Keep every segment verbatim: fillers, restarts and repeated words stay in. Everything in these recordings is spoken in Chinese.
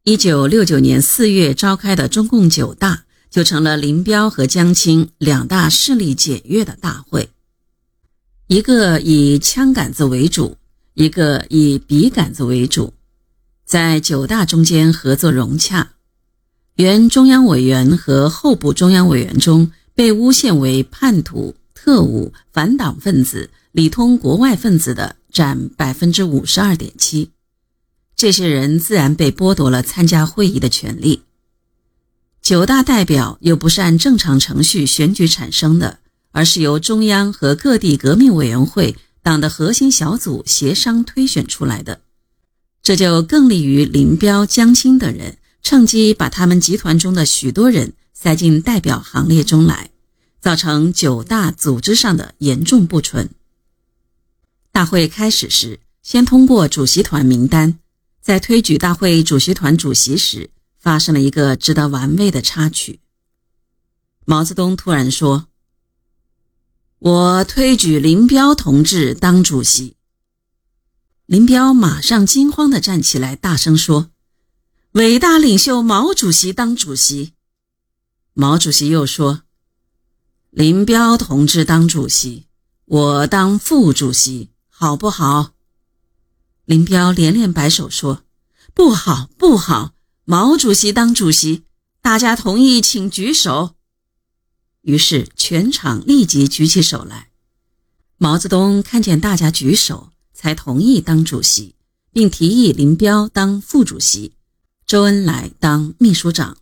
一九六九年四月召开的中共九大就成了林彪和江青两大势力检阅的大会，一个以枪杆子为主，一个以笔杆子为主，在九大中间合作融洽。原中央委员和候补中央委员中被诬陷为叛徒、特务、反党分子、里通国外分子的占 百分之五十二点七， 这些人自然被剥夺了参加会议的权利。九大代表又不是按正常程序选举产生的，而是由中央和各地革命委员会党的核心小组协商推选出来的，这就更利于林彪、江青等人趁机把他们集团中的许多人塞进代表行列中来，造成九大组织上的严重不纯。大会开始时，先通过主席团名单，在推举大会主席团主席时，发生了一个值得玩味的插曲。毛泽东突然说：“我推举林彪同志当主席。”林彪马上惊慌地站起来，大声说：“伟大领袖毛主席当主席。”毛主席又说：“林彪同志当主席，我当副主席，好不好？”林彪连连摆手说：“不好，不好，毛主席当主席，大家同意请举手。”于是全场立即举起手来。毛泽东看见大家举手，才同意当主席，并提议林彪当副主席，周恩来当秘书长。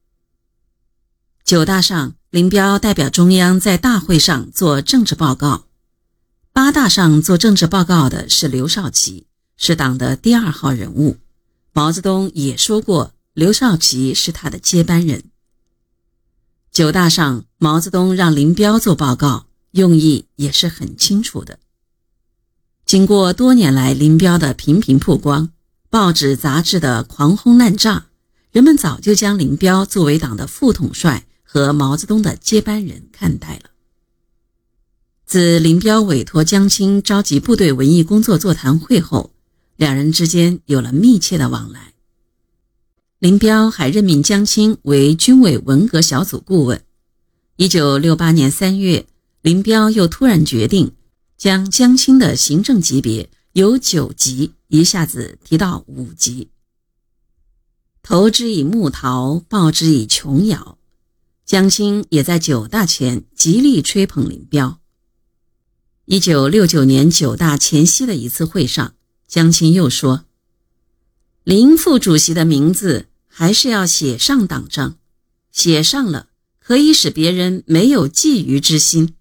九大上，林彪代表中央在大会上做政治报告。八大上做政治报告的是刘少奇，是党的第二号人物。毛泽东也说过，刘少奇是他的接班人。九大上，毛泽东让林彪做报告，用意也是很清楚的。经过多年来林彪的频频曝光，报纸杂志的狂轰滥炸，人们早就将林彪作为党的副统帅和毛泽东的接班人看待了。自林彪委托江青召集部队文艺工作座谈会后，两人之间有了密切的往来。林彪还任命江青为军委文革小组顾问。一九六八年三月，林彪又突然决定将江青的行政级别由九级一下子提到五级。投之以木桃，报之以琼瑶。江青也在九大前极力吹捧林彪。一九六九年九大前夕的一次会上，江青又说：“林副主席的名字还是要写上党章，写上了可以使别人没有觊觎之心。”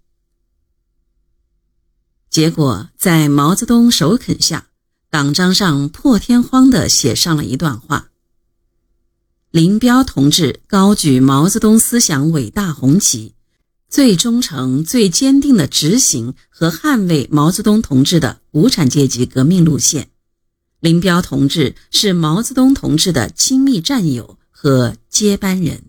结果在毛泽东首肯下，党章上破天荒地写上了一段话：“林彪同志高举毛泽东思想伟大红旗，最忠诚、最坚定地执行和捍卫毛泽东同志的无产阶级革命路线。林彪同志是毛泽东同志的亲密战友和接班人。”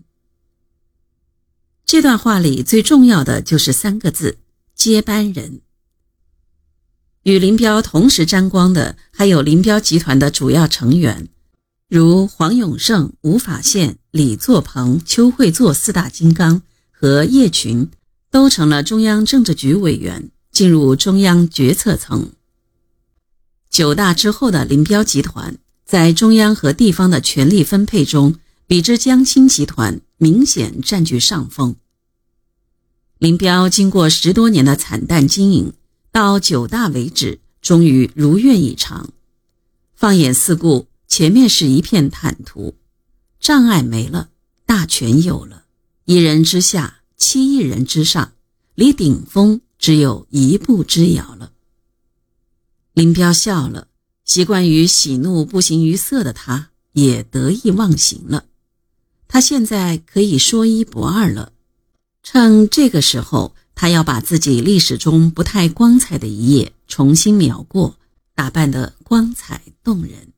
这段话里最重要的就是三个字：接班人。与林彪同时沾光的还有林彪集团的主要成员，如黄永胜、吴法宪、李作鹏、邱会作四大金刚和叶群，都成了中央政治局委员，进入中央决策层。九大之后的林彪集团在中央和地方的权力分配中，比之江青集团明显占据上风。林彪经过十多年的惨淡经营，到九大为止，终于如愿以偿。放眼四顾，前面是一片坦途，障碍没了，大权有了，一人之下，七亿人之上，离顶峰只有一步之遥了。林彪笑了，习惯于喜怒不形于色的他也得意忘形了。他现在可以说一不二了，趁这个时候，他要把自己历史中不太光彩的一页重新描过，打扮得光彩动人。